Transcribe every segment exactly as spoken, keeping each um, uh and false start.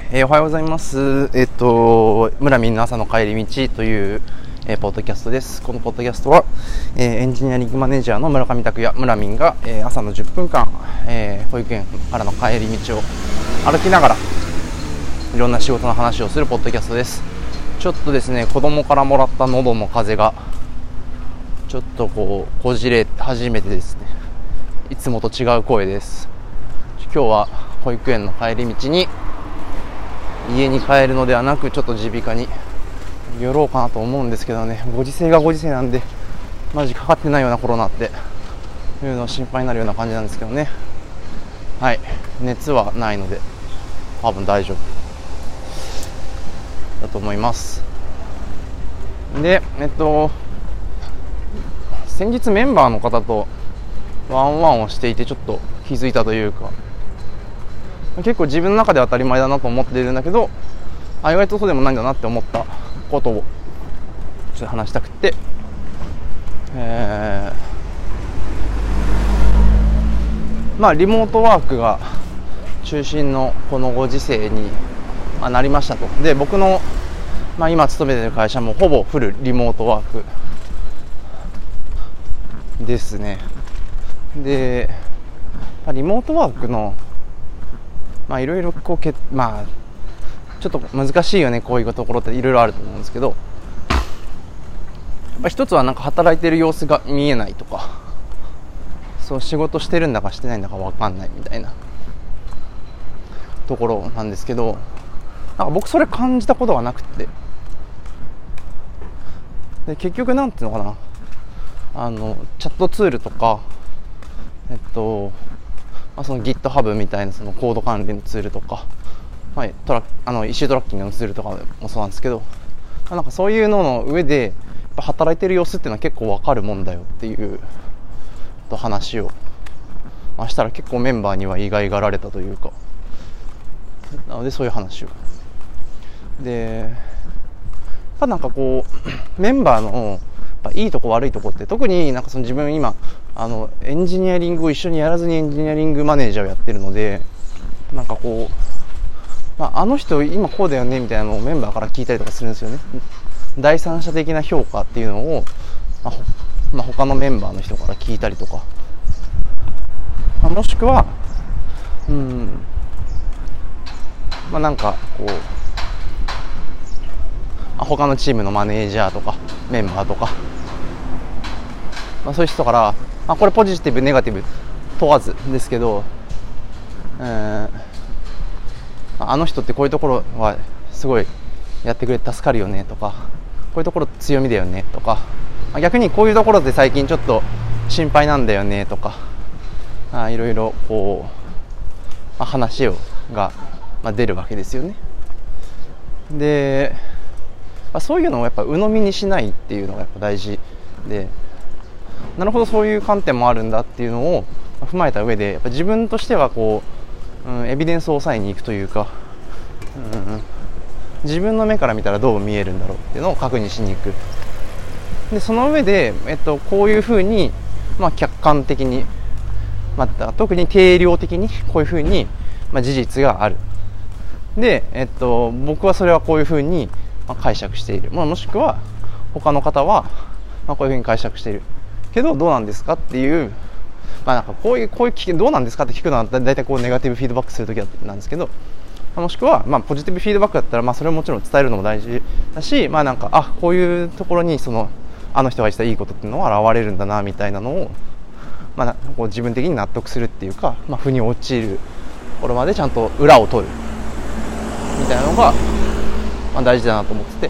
えー、おはようございます。えっと、村民の朝の帰り道という、えー、ポッドキャストです。このポッドキャストは、えー、エンジニアリングマネージャーの村上拓也、村民が、えー、朝のじゅっぷんかん、えー、保育園からの帰り道を歩きながらいろんな仕事の話をするポッドキャストです。ちょっとですね、子供からもらった喉の風がちょっとこうこじれ始めてですね、いつもと違う声です。今日は保育園の帰り道に家に帰るのではなく、ちょっと耳鼻科に寄ろうかなと思うんですけどね、ご時世がご時世なんでマジかかってないようなコロナっていうの心配になるような感じなんですけどね。はい、熱はないので多分大丈夫だと思います。で、えっと先日メンバーの方とワンワンをしていてちょっと気づいたというか、結構自分の中では当たり前だなと思っているんだけど、あ、意外とそうでもないんだなって思ったことをちょっと話したくて、えー、まあリモートワークが中心のこのご時世になりましたと。で、僕の、まあ、今勤めている会社もほぼフルリモートワークですね。で、リモートワークのまあいろいろこうけまあちょっと難しいよね、こういうところっていろいろあると思うんですけど、やっぱ一つはなんか働いてる様子が見えないとか、そう仕事してるんだかしてないんだか分かんないみたいなところなんですけど、なんか僕それ感じたことがなくて、で結局なんていうのかな、あのチャットツールとかえっとまあ、その GitHub みたいなそのコード関連のツールとか、はい、トラあのイシュートラッキングのツールとかもそうなんですけど、なんかそういうのの上でやっぱ働いてる様子っていうのは結構わかるもんだよっていうと話を、まあ、したら結構メンバーには意外がられたというか、なのでそういう話をで、やっぱなんかこうメンバーのいいとこ悪いとこって、特になんかその自分今あのエンジニアリングを一緒にやらずにエンジニアリングマネージャーをやってるので、なんかこう、まあ、あの人今こうだよねみたいなのをメンバーから聞いたりとかするんですよね。第三者的な評価っていうのを、まあまあ、他のメンバーの人から聞いたりとか、まあ、もしくはうんまあなんかこう他のチームのマネージャーとかメンバーとか、まあ、そういう人から、まあ、これポジティブネガティブ問わずですけど、えー、あの人ってこういうところはすごいやってくれて助かるよねとか、こういうところ強みだよねとか、まあ、逆にこういうところで最近ちょっと心配なんだよねとか、あいろいろこう、まあ、話をが、まあ、出るわけですよね。でそういうのをやっぱ鵜呑みにしないっていうのがやっぱ大事で、なるほどそういう観点もあるんだっていうのを踏まえた上で、やっぱ自分としてはこう、うん、エビデンスを抑えに行くというか、うん、自分の目から見たらどう見えるんだろうっていうのを確認しに行く。でその上で、えっと、こういうふうに、まあ、客観的に、また特に定量的にこういうふうに、まあ、事実がある。で、えっと、僕はそれはこういうふうに解釈している、まあ、もしくは他の方はまあこういうふうに解釈しているけどどうなんですかっていう、まあ、なんかこういうこういう聞きどうなんですかって聞くのはだいたいこうネガティブフィードバックするときなんですけど、もしくはまあポジティブフィードバックだったら、まあそれをもちろん伝えるのも大事だし、まあなんかあこういうところにそのあの人がしたいいことっていうのは現れるんだなみたいなのを、まあ、こう自分的に納得するっていうか、まあ、腑に落ちるところまでちゃんと裏を取るみたいなのがまあ、大事だなと思ってて、で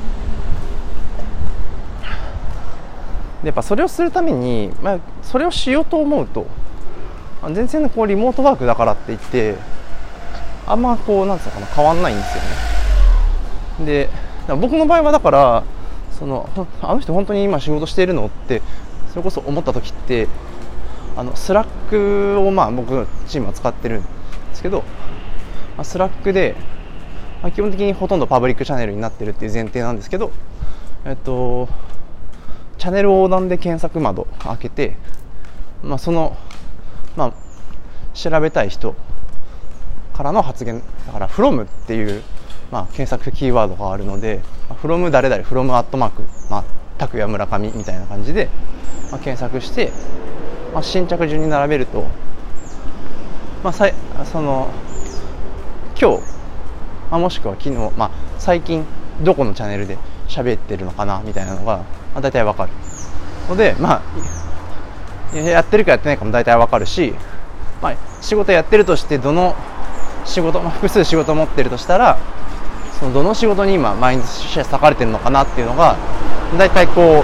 やっぱそれをするために、まあ、それをしようと思うと、まあ、全然こうリモートワークだからって言ってあんまこうなんつうのかな変わんないんですよね。で僕の場合はだからそのあの人本当に今仕事しているのってそれこそ思った時って、あのスラックをまあ僕のチームは使ってるんですけど、まあ、スラックでまあ、基本的にほとんどパブリックチャンネルになってるっていう前提なんですけど、えっと、チャンネル横断で検索窓開けて、まあ、その、まあ、調べたい人からの発言だから from っていうまあ、検索キーワードがあるので、from 誰々 from アットマーク、まあ、拓也村上みたいな感じで、まあ、検索して、まあ、新着順に並べると、まあ、さいその今日、まあ、もしくは昨日、まあ、最近どこのチャンネルで喋ってるのかなみたいなのが、まあ、大体わかるので、まあ、やってるかやってないかも大体わかるし、まあ、仕事やってるとしてどの仕事、まあ、複数仕事持ってるとしたらそのどの仕事に今マインドシェア割かれてるのかなっていうのが大体こ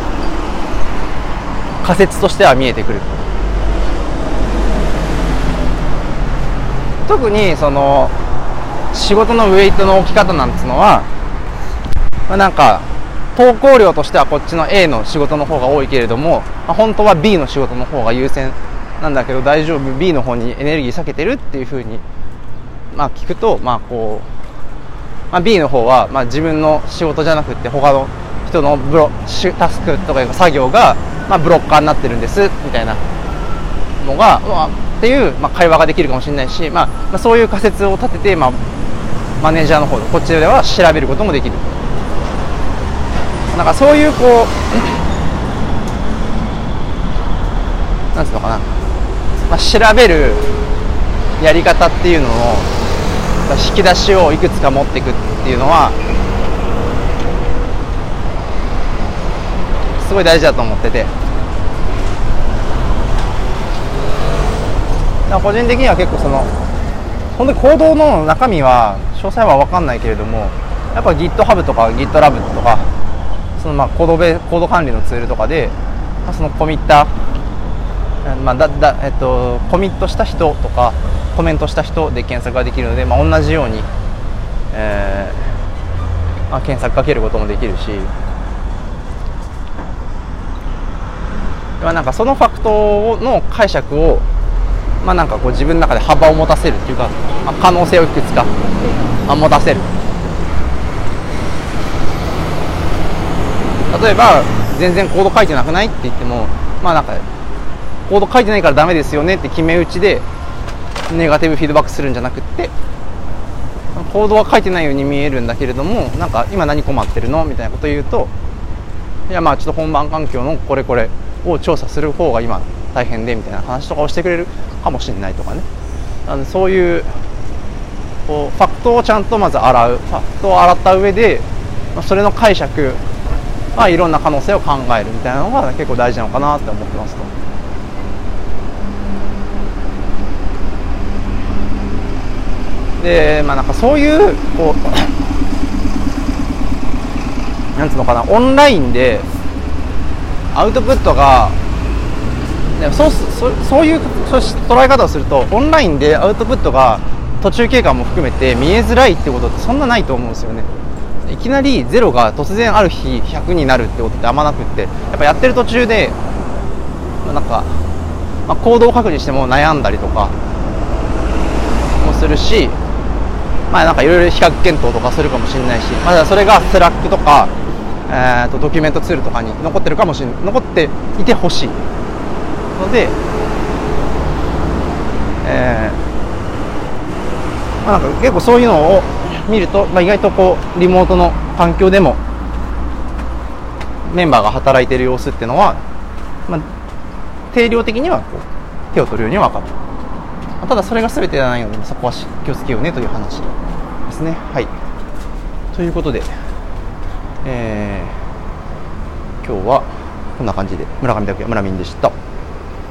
う仮説としては見えてくる。特にその仕事のウェイトの置き方なんていうのは、まあ、なんか投稿量としてはこっちの A の仕事の方が多いけれども、まあ、本当は B の仕事の方が優先なんだけど大丈夫 B の方にエネルギー避けてるっていう風にまあ聞くと、まあこう、まあ、B の方はまあ自分の仕事じゃなくて他の人のブロタスクとか作業がまあブロッカーになってるんですみたいなのが、まあ、っていうまあ会話ができるかもしれないし、まあ、まあそういう仮説を立てて、まあ、マネージャーの方でこっちでは調べることもできる。なんかそういうこうなんつうのかな、まあ、調べるやり方っていうのを引き出しをいくつか持っていくっていうのはすごい大事だと思ってて、個人的には結構その本当に行動の中身は詳細は分かんないけれども、やっぱ GitHub とか GitLab とかそのまあコードベコード管理のツールとかで、まあ、そのコミッター、まあだだえっと、コミットした人とかコメントした人で検索ができるので、まあ、同じように、えーまあ、検索かけることもできるし、まあ、なんかそのファクトの解釈を、まあ、なんかこう自分の中で幅を持たせるっていうか、まあ、可能性をいくつか、まあ、持たせる。例えば全然コード書いてなくないって言っても、まあなんかコード書いてないからダメですよねって決め打ちでネガティブフィードバックするんじゃなくって、コードは書いてないように見えるんだけれども、なんか今何困ってるのみたいなことを言うと、いやまあちょっと本番環境のこれこれを調査する方が今大変でみたいな話とかをしてくれるかもしれないとかね。なのでそういうこうファクトをちゃんとまず洗う、ファクトを洗った上でそれの解釈、まあ、いろんな可能性を考えるみたいなのが結構大事なのかなって思ってますと。でまあなんかそういうこうなんつうのかな、オンラインでアウトプットがそうそそういう捉え方をすると、オンラインでアウトプットが途中経過も含めて見えづらいってことってそんなないと思うんですよね。いきなりゼロが突然ある日ひゃくになるってことってあんまなくって、やっぱやってる途中でなんか、まあ、行動を書くにしても悩んだりとかもするし、まあなんかいろいろ比較検討とかするかもしれないし、まだそれがスラックとか、えー、とドキュメントツールとかに残ってるかもしれない、残っていてほしいので、えーまあ、なんか結構そういうのを見ると、まあ、意外とこうリモートの環境でもメンバーが働いている様子っていうのは、まあ、定量的にはこう手を取るように分かる。ただそれが全てではないので、そこは気をつけようねという話ですね。はい。ということで、えー、今日はこんな感じで村上拓也村民でした。